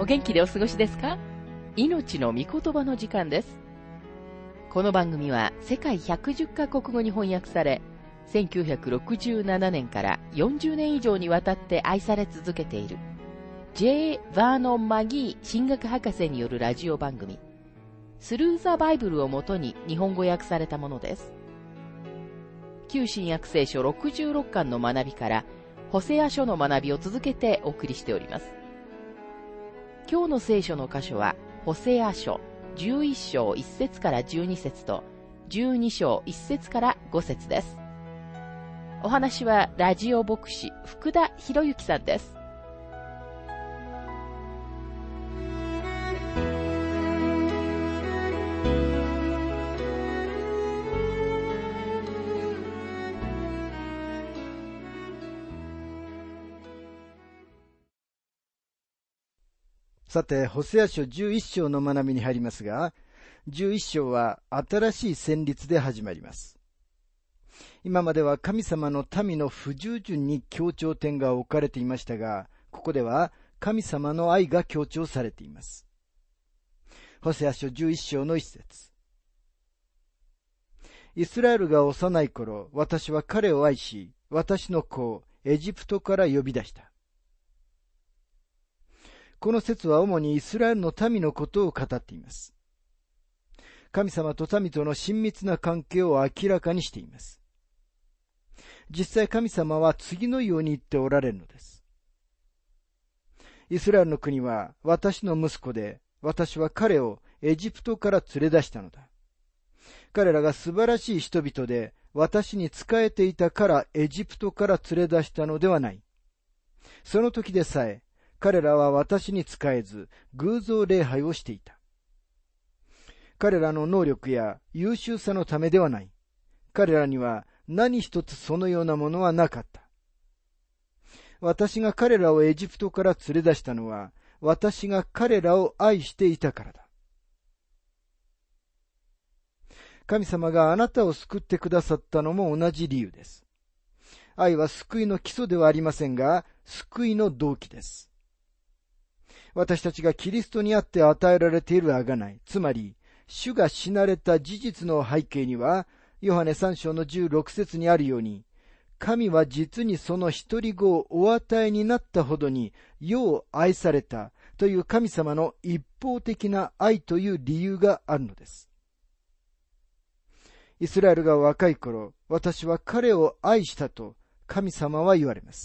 お元気でお過ごしですか？命の御言葉の時間です。この番組は世界110カ国語に翻訳され、1967年から40年以上にわたって愛され続けている J. バーノン・マギー神学博士によるラジオ番組、スルー・ザ・バイブルをもとに日本語訳されたものです。旧新約聖書66巻の学びから、ホセア書の学びを続けてお送りしております。今日の聖書の箇所は、ホセア書11章1節から12節と、12章1節から5節です。お話は、ラジオ牧師、福田博之さんです。 さて、ホセア書11章の学びに入りますが、11章は新しい旋律で始まります。今までは神様の民の不従順に強調点が置かれていましたが、ここでは神様の愛が強調されています。ホセア書11章の1節。イスラエルが幼い頃、私は彼を愛し、私の子をエジプトから呼び出した。この説は主にイスラエルの民のことを語っています。神様と民との親密な関係を明らかにしています。実際神様は次のように言っておられるのです。イスラエルの国は私の息子で、私は彼をエジプトから連れ出したのだ。彼らが素晴らしい人々で、私に仕えていたからエジプトから連れ出したのではない。その時でさえ、彼らは私に仕えず、偶像礼拝をしていた。彼らの能力や優秀さのためではない。彼らには何一つそのようなものはなかった。私が彼らをエジプトから連れ出したのは、私が彼らを愛していたからだ。神様があなたを救ってくださったのも同じ理由です。愛は救いの基礎ではありませんが、救いの動機です。私たちがキリストにあって与えられている贖い、つまり、主が死なれた事実の背景には、ヨハネ3章の16節にあるように、神は実にその一人子をお与えになったほどに世を愛されたという神様の一方的な愛という理由があるのです。イスラエルが若い頃、私は彼を愛したと神様は言われます。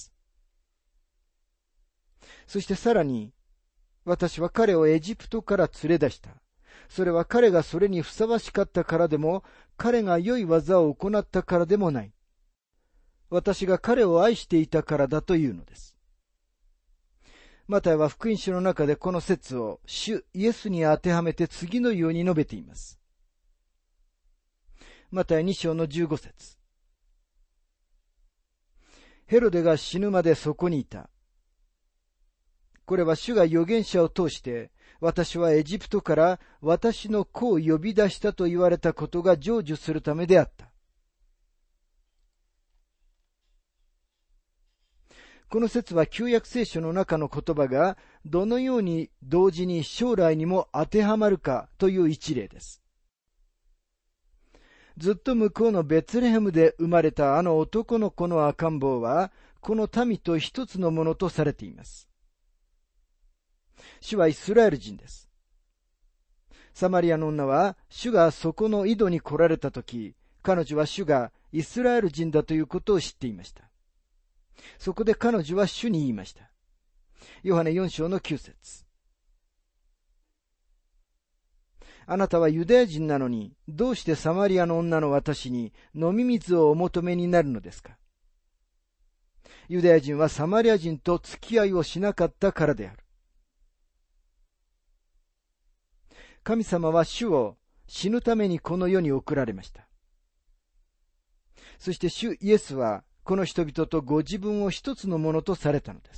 そしてさらに、私は彼をエジプトから連れ出した。それは彼がそれにふさわしかったからでも、彼が良い技を行ったからでもない。私が彼を愛していたからだというのです。マタイは福音書の中でこの説を主イエスに当てはめて次のように述べています。マタイ2章の15節。ヘロデが死ぬまでそこにいた。これは主が預言者を通して、私はエジプトから私の子を呼び出したと言われたことが成就するためであった。この説は旧約聖書の中の言葉がどのように同時に将来にも当てはまるかという一例です。ずっと向こうのベツレヘムで生まれたあの男の子の赤ん坊は、この民と一つのものとされています。主はイスラエル人です。サマリアの女は、主がそこの井戸に来られたとき、彼女は主がイスラエル人だということを知っていました。そこで彼女は主に言いました。ヨハネ4章の9節。あなたはユダヤ人なのに、どうしてサマリアの女の私に飲み水をお求めになるのですか？ユダヤ人はサマリア人と付き合いをしなかったからである。神様は主を死ぬためにこの世に送られました。そして主イエスはこの人々とご自分を一つのものとされたのです。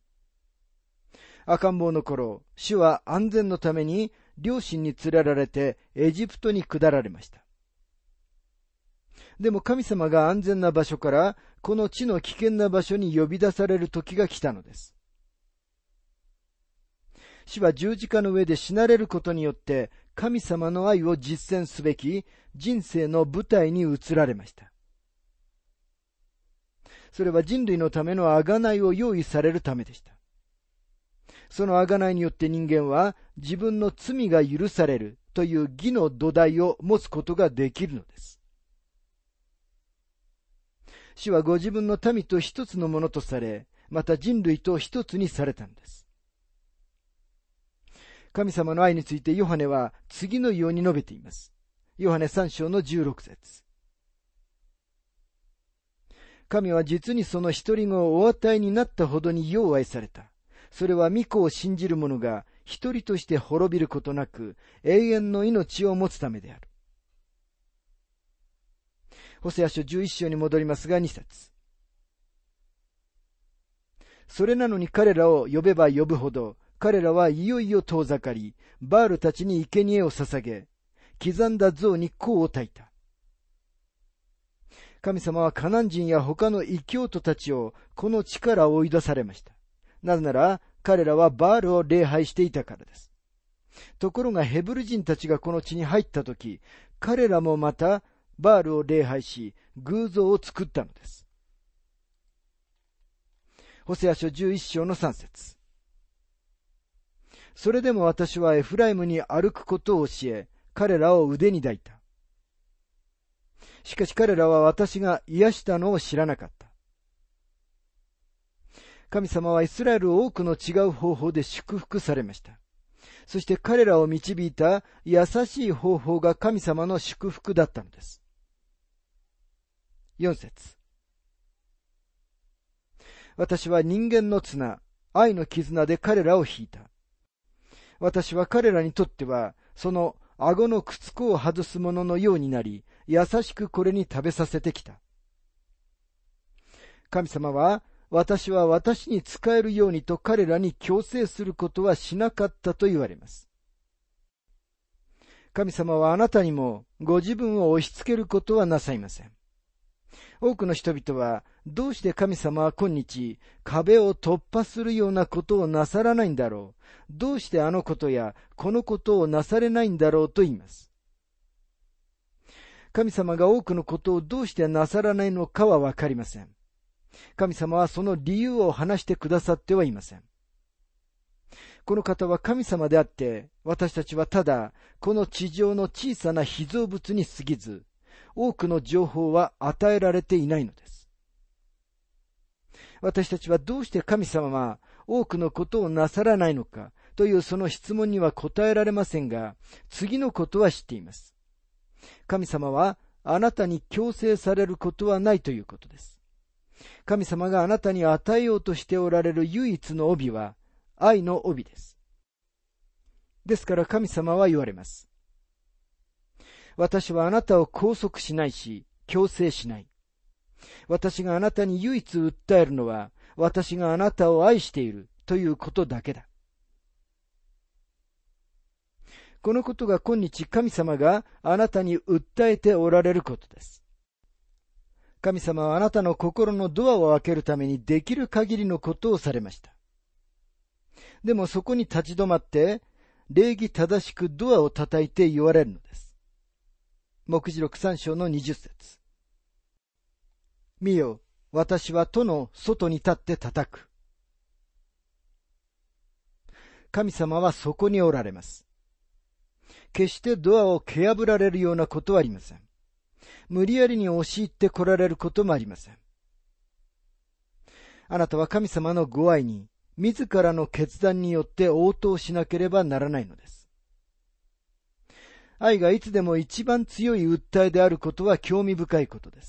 赤ん坊の頃、主は安全のために両親に連れられてエジプトに下られました。でも神様が安全な場所からこの地の危険な場所に呼び出される時が来たのです。 主は十字架の上で死なれることによって神様の愛を実践すべき人生の舞台に移られました。それは人類のための贖いを用意されるためでした。その贖いによって人間は自分の罪が許されるという義の土台を持つことができるのです。主はご自分の民と一つのものとされ、また人類と一つにされたのです。神様の愛についてヨハネは次のように述べています。ヨハネ3章の16節。神は実にその一人子をお与えになったほどによう愛された。それは御子を信じる者が一人として滅びることなく永遠の命を持つためである。ホセア書11章に戻りますが2節。それなのに彼らを呼べば呼ぶほど、彼らはいよいよ遠ざかり、バールたちに生贄を捧げ、刻んだ像に香を焚いた。神様はカナン人や他の異教徒たちをこの地から追い出されました。なぜなら彼らはバールを礼拝していたからです。ところがヘブル人たちがこの地に入ったとき、彼らもまたバールを礼拝し、偶像を作ったのです。ホセア書11章の3節。それでも私はエフライムに歩くことを教え、彼らを腕に抱いた。しかし彼らは私が癒したのを知らなかった。神様はイスラエルを多くの違う方法で祝福されました。そして彼らを導いた優しい方法が神様の祝福だったのです。4節。私は人間の綱、愛の絆で彼らを引いた。私は彼らにとっては、その顎のくつこを外すもののようになり、優しくこれに食べさせてきた。神様は、私は私に仕えるようにと彼らに強制することはしなかったと言われます。神様はあなたにもご自分を押し付けることはなさいません。多くの人々は、どうして神様は今日、壁を突破するようなことをなさらないんだろう。どうしてあのことやこのことをなされないんだろうと言います。神様が多くのことをどうしてなさらないのかはわかりません。神様はその理由を話してくださってはいません。この方は神様であって、私たちはただ、この地上の小さな被造物に過ぎず、多くの情報は与えられていないのです。私たちはどうして神様は多くのことをなさらないのかというその質問には答えられませんが、次のことは知っています。神様はあなたに強制されることはないということです。神様があなたに与えようとしておられる唯一の帯は愛の帯です。ですから神様は言われます。私はあなたを拘束しないし、強制しない。私があなたに唯一訴えるのは、私があなたを愛しているということだけだ。このことが今日神様があなたに訴えておられることです。神様はあなたの心のドアを開けるためにできる限りのことをされました。でもそこに立ち止まって、礼儀正しくドアを叩いて言われるのです。黙示録3章の20節。見よ、私は戸の外に立って叩く。神様はそこにおられます。決してドアを蹴破られるようなことはありません。無理やりに押し入って来られることもありません。あなたは神様のご愛に、自らの決断によって応答しなければならないのです。愛がいつでも一番強い訴えであることは興味深いことです。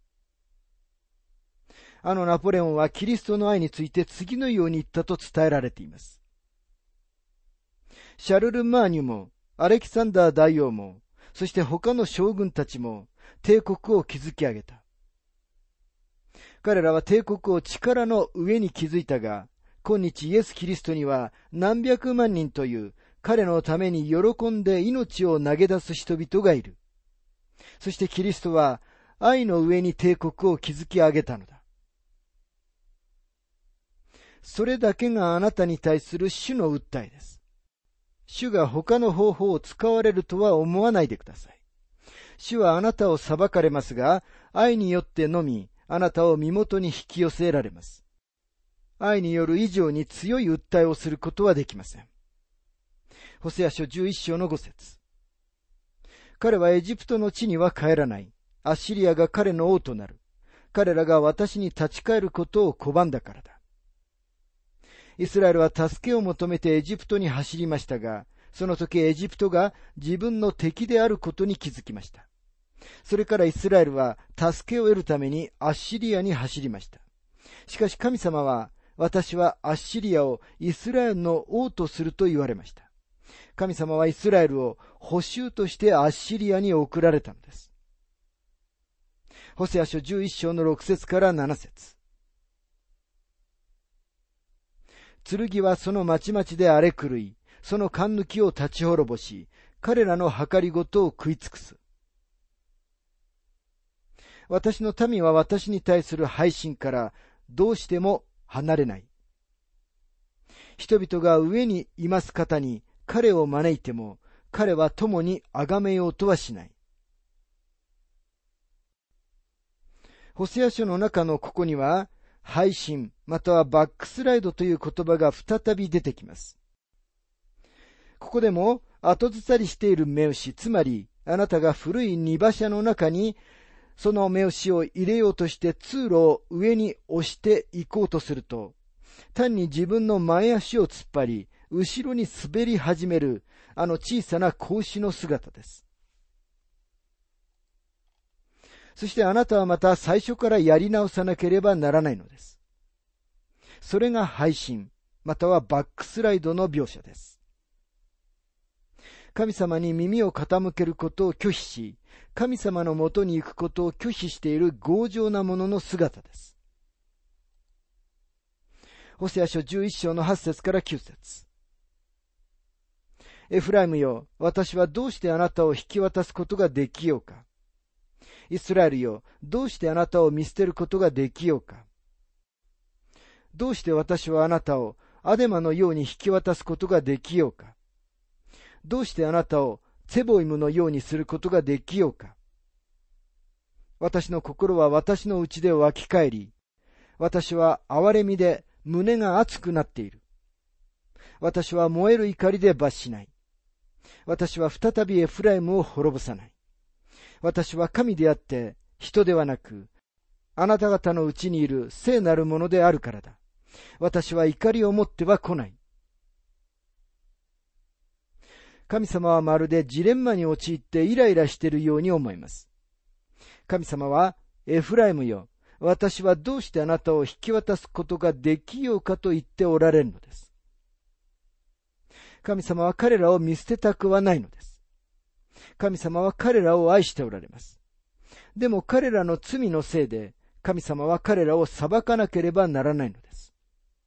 ナポレオンはキリストの愛について次のように言ったと伝えられています。シャルル・マーニュも、アレキサンダー大王も、そして他の将軍たちも帝国を築き上げた。彼らは帝国を力の上に築いたが、今日イエス・キリストには何百万人という彼のために喜んで命を投げ出す人々がいる。そしてキリストは愛の上に帝国を築き上げたのだ。 それだけがあなたに対する主の訴えです。主が他の方法を使われるとは思わないでください。主はあなたを裁かれますが、愛によってのみ、あなたを身元に引き寄せられます。愛による以上に強い訴えをすることはできません。ホセア書11章の5節。彼はエジプトの地には帰らない。アッシリアが彼の王となる。彼らが私に立ち返ることを拒んだからだ。イスラエルは助けを求めてエジプトに走りましたが、その時エジプトが自分の敵であることに気づきました。それからイスラエルは助けを得るためにアッシリアに走りました。しかし神様は、私はアッシリアをイスラエルの王とすると言われました。神様はイスラエルを捕囚としてアッシリアに送られたのです。ホセア書11章の6節から7節。剣はその町々で荒れ狂い、その勘抜きを立ち滅ぼし、彼らの計りごとを食い尽くす。私の民は私に対する背信からどうしても離れない。人々が上にいます方に彼を招いても、彼は共に崇めようとはしない。ホセア書の中のここには、背信またはバックスライドという言葉が再び出てきます。ここでも後ずさりしている目牛、つまりあなたが古い荷馬車の中にその目牛を入れようとして通路を上に押していこうとすると、単に自分の前足を突っ張り、後ろに滑り始めるあの小さな子牛の姿です。そしてあなたはまた最初からやり直さなければならないのです。それが背信、またはバックスライドの描写です。神様に耳を傾けることを拒否し、神様のもとに行くことを拒否している強情な者の姿です。ホセア書11章の8節から9節。エフライムよ、私はどうしてあなたを引き渡すことができようか。イスラエルよ、どうしてあなたを見捨てることができようか。どうして私はあなたをアデマのように引き渡すことができようか。どうしてあなたをツェボイムのようにすることができようか。私の心は私の内で湧き返り、私は憐れみで胸が熱くなっている。私は燃える怒りで罰しない。私は再びエフライムを滅ぼさない。私は神であって人ではなく、あなた方のうちにいる聖なるものであるからだ。私は怒りを持っては来ない。神様はまるでジレンマに陥ってイライラしているように思います。神様は、エフライムよ、私はどうしてあなたを引き渡すことができようかと言っておられるのです。神様は彼らを見捨てたくはないのです。神様は彼らを愛しておられます。でも彼らの罪のせいで、神様は彼らを裁かなければならないのです。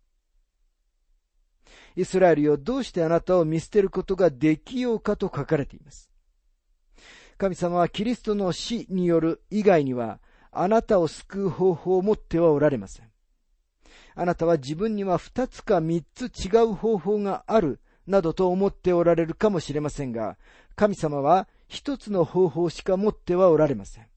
イスラエルよ、どうしてあなたを見捨てることができようかと書かれています。神様はキリストの死による以外には、あなたを救う方法を持ってはおられません。あなたは自分には2つか3つ違う方法がある、などと思っておられるかもしれませんが、神様は1つの方法しか持ってはおられません。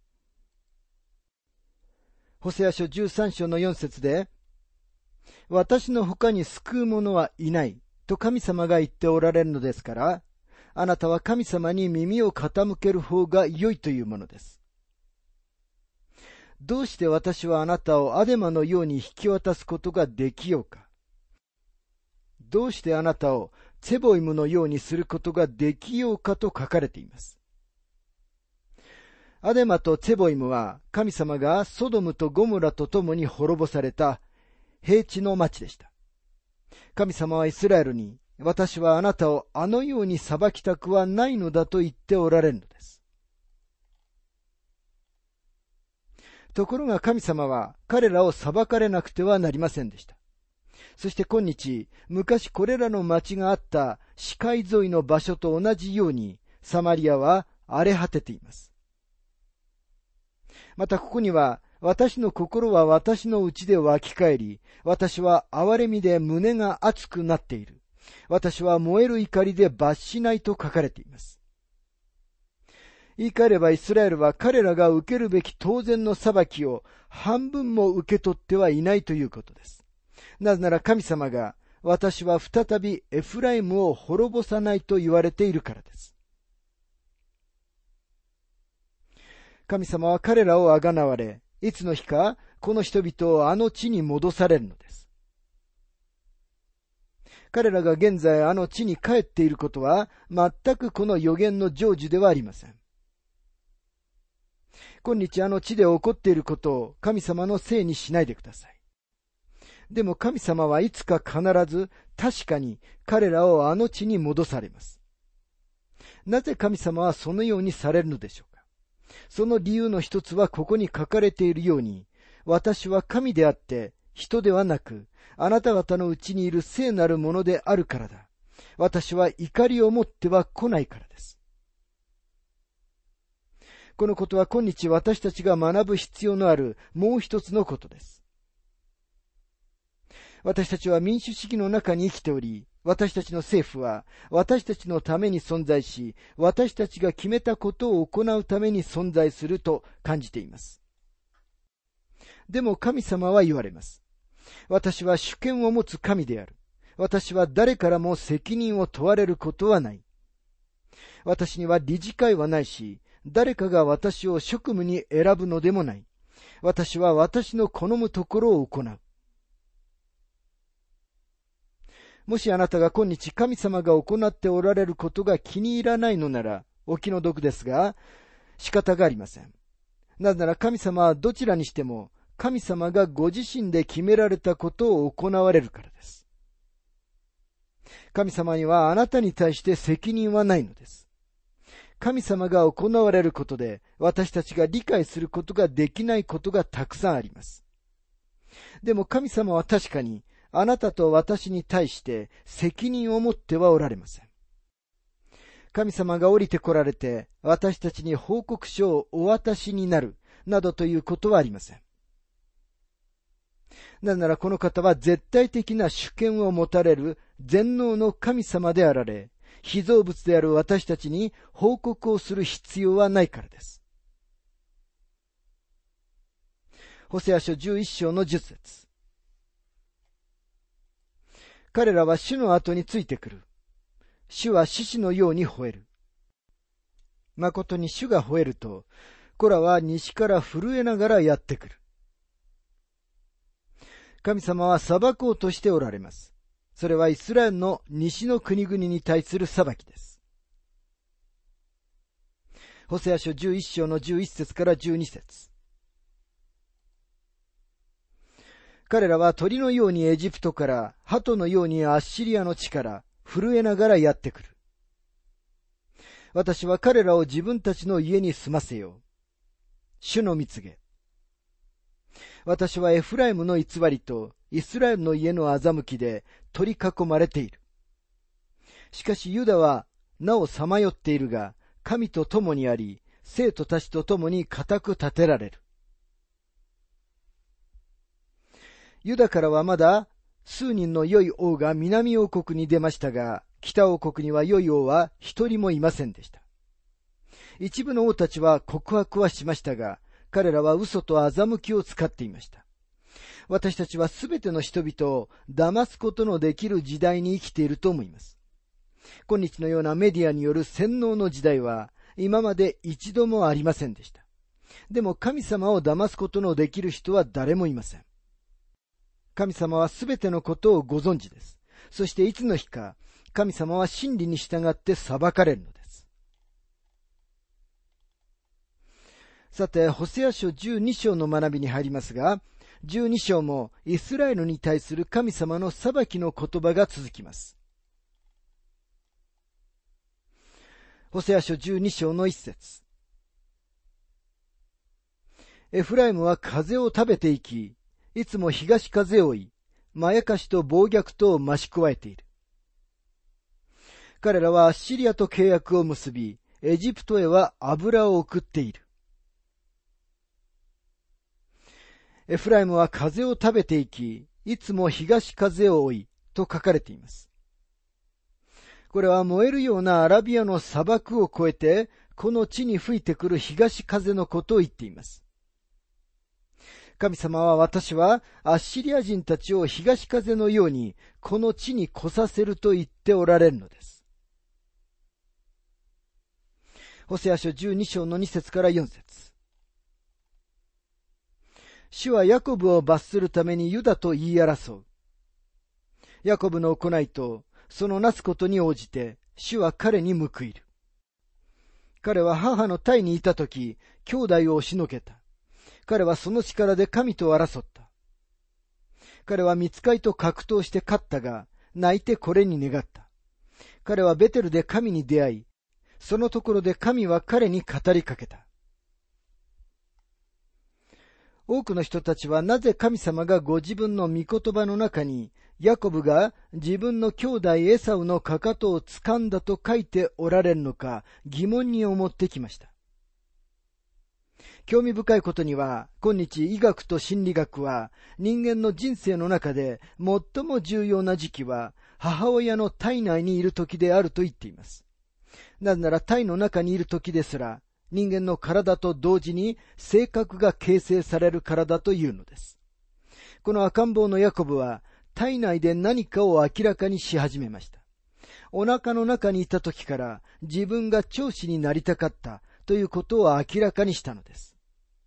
ホセア書13章の4節で、私の他に救う者はいないと神様が言っておられるのですから、あなたは神様に耳を傾ける方が良いというものです。どうして私はあなたをアデマのように引き渡すことができようか。どうしてあなたをツェボイムのようにすることができようかと書かれています。アデマとツェボイムは神様がソドムとゴムラと共に滅ぼされた平地の町でした。神様はイスラエルに、私はあなたをあのように裁きたくはないのだと言っておられるのです。ところが神様は彼らを裁かれなくてはなりませんでした。そして今日、昔これらの町があった死海沿いの場所と同じように、サマリアは荒れ果てています。またここには、 私の心は私の内で湧き返り、私は憐れみで胸が熱くなっている。私は燃える怒りで罰しないと書かれています。言い換えればイスラエルは彼らが受けるべき当然の裁きを半分も受け取ってはいないということです。なぜなら神様が、私は再びエフライムを滅ぼさないと言われているからです。神様は彼らをあがなわれ、いつの日かこの人々をあの地に戻されるのです。彼らが現在あの地に帰っていることは全くこの予言の成就ではありません。今日あの地で起こっていることを神様のせいにしないでください。でも神様はいつか必ず確かに彼らをあの地に戻されます。なぜ神様はそのようにされるのでしょうか。その理由の一つはここに書かれているように、私は神であって人ではなく、あなた方のうちにいる聖なるものであるからだ。私は怒りを持っては来ないからです。このことは今日私たちが学ぶ必要のあるもう一つのことです。私たちは民主主義の中に生きており、私たちの政府は私たちのために存在し、私たちが決めたことを行うために存在すると感じています。でも神様は言われます。私は主権を持つ神である。私は誰からも責任を問われることはない。私には理事会はないし、誰かが私を職務に選ぶのでもない。私は私の好むところを行う。もしあなたが今日神様が行っておられることが気に入らないのなら、お気の毒ですが、仕方がありません。なぜなら神様はどちらにしても、神様がご自身で決められたことを行われるからです。神様にはあなたに対して責任はないのです。神様が行われることで、私たちが理解することができないことがたくさんあります。でも神様は確かに、あなたと私に対して責任を持ってはおられません。神様が降りて来られて、私たちに報告書をお渡しになる、などということはありません。なぜならこの方は絶対的な主権を持たれる全能の神様であられ、被造物である私たちに報告をする必要はないからです。ホセア書11章の10節。彼らは主の後についてくる。主は獅子のように吠える。誠に主が吠えると、子らは西から震えながらやってくる。神様は裁こうとしておられます。それはイスラエルの西の国々に対する裁きです。ホセア書11章の11節から12節。彼らは鳥のようにエジプトから、鳩のようにアッシリアの地から震えながらやってくる。私は彼らを自分たちの家に住ませよう。主の蜜げ。私はエフライムの偽りとイスラエルの家の欺きで取り囲まれている。しかしユダはなおさまよっているが、神と共にあり、生徒たちと共に固く立てられる。ユダからはまだ数人の良い王が南王国に出ましたが、北王国には良い王は一人もいませんでした。一部の王たちは告白はしましたが、彼らは嘘と欺きを使っていました。私たちはすべての人々を騙すことのできる時代に生きていると思います。今日のようなメディアによる洗脳の時代は今まで一度もありませんでした。でも神様を騙すことのできる人は誰もいません。神様はすべてのことをご存知です。そしていつの日か神様は真理に従って裁かれるのです。さて、ホセア書12章の学びに入りますが、12章もイスラエルに対する神様の裁きの言葉が続きます。ホセア書12章の1節。エフライムは風を食べていき、いつも東風を追い、まやかしと暴虐とを増し加えている。彼らはアッシリアと契約を結び、エジプトへは油を送っている。 エフライムは風を食べていき、いつも東風を追い、と書かれています。これは燃えるようなアラビアの砂漠を越えて、この地に吹いてくる東風のことを言っています。神様は私はアッシリア人たちを東風のようにこの地に来させると言っておられるのです。ホセア書12章の2節から4節。主はヤコブを罰するためにユダと言い争う。ヤコブの行いとそのなすことに応じて主は彼に報いる。彼は母の胎にいたとき、兄弟を押しのけた。彼はその力で神と争った。彼は御使いと格闘して勝ったが、泣いてこれに願った。彼はベテルで神に出会い、そのところで神は彼に語りかけた。多くの人たちはなぜ神様がご自分の御言葉の中に、ヤコブが自分の兄弟エサウのかかとを掴んだと書いておられるのか疑問に思ってきました。興味深いことには、今日医学と心理学は人間の人生の中で最も重要な時期は母親の体内にいる時であると言っています。なぜなら体の中にいる時ですら人間の体と同時に性格が形成されるからだというのです。この赤ん坊のヤコブは体内で何かを明らかにし始めました。お腹の中にいた時から自分が長子になりたかったということを明らかにしたのです。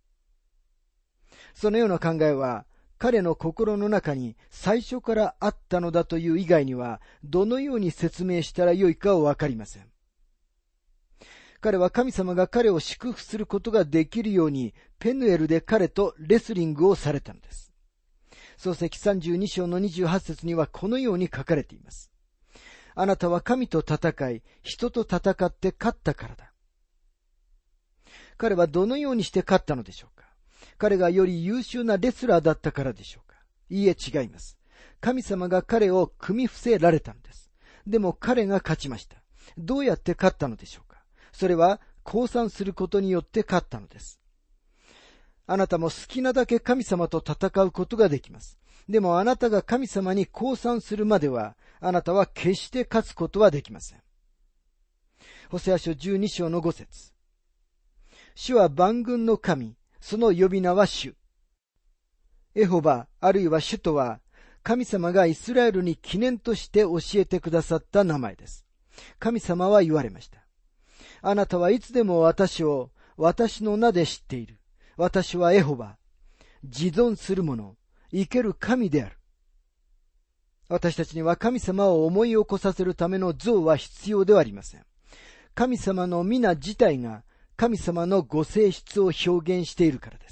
そのような考えは彼の心の中に最初からあったのだという以外にはどのように説明したらよいかはわかりません。彼は神様が彼を祝福することができるようにペヌエルで彼とレスリングをされたのです。創世記32章の28節にはこのように書かれています。あなたは神と戦い、人と戦って勝ったからだ。彼はどのようにして勝ったのでしょうか。彼がより優秀なレスラーだったからでしょうか。いいえ、違います。神様が彼を組み伏せられたのです。でも彼が勝ちました。どうやって勝ったのでしょうか。それは降参することによって勝ったのです。あなたも好きなだけ神様と戦うことができます。でもあなたが神様に降参するまでは、あなたは決して勝つことはできません。ホセア書12章の5節。主は万軍の神、その呼び名は主。エホバ、あるいは主とは、神様がイスラエルに記念として教えてくださった名前です。神様は言われました。あなたはいつでも私を私の名で知っている。私はエホバ、自存する者、生ける神である。私たちには神様を思い起こさせるための像は必要ではありません。神様の皆自体が神様のご性質を表現しているからです。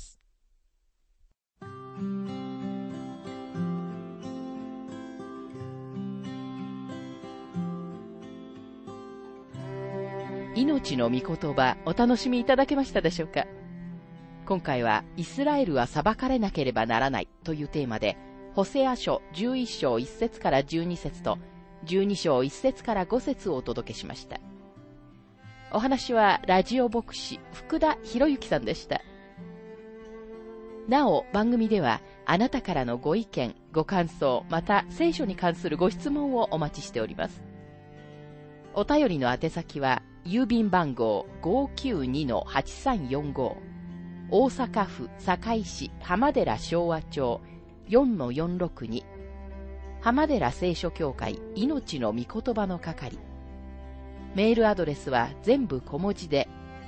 命の御言葉、お楽しみいただけましたでしょうか。今回はイスラエルは裁かれなければならないというテーマで、ホセア書11章1節から12節と12章1節から5節をお届けしました。お話はラジオ牧師福田博之さんでした。なお番組ではあなたからのご意見、ご感想、また聖書に関するご質問をお待ちしております。お便りの宛先は郵便番号 592-8345 大阪府堺市浜寺昭和町 4-462 浜寺聖書協会命の御言葉の係。メールアドレスは全部小文字で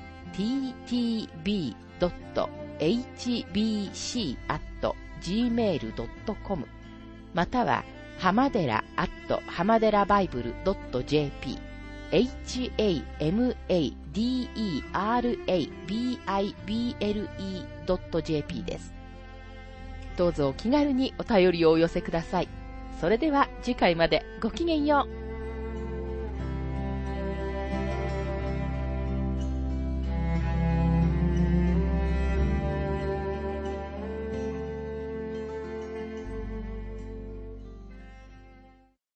ttb.hbc@gmail.com または浜寺浜寺バイブル .jp hamaderabible.jp です。どうぞお気軽にお便りをお寄せください。それでは次回までごきげんよう。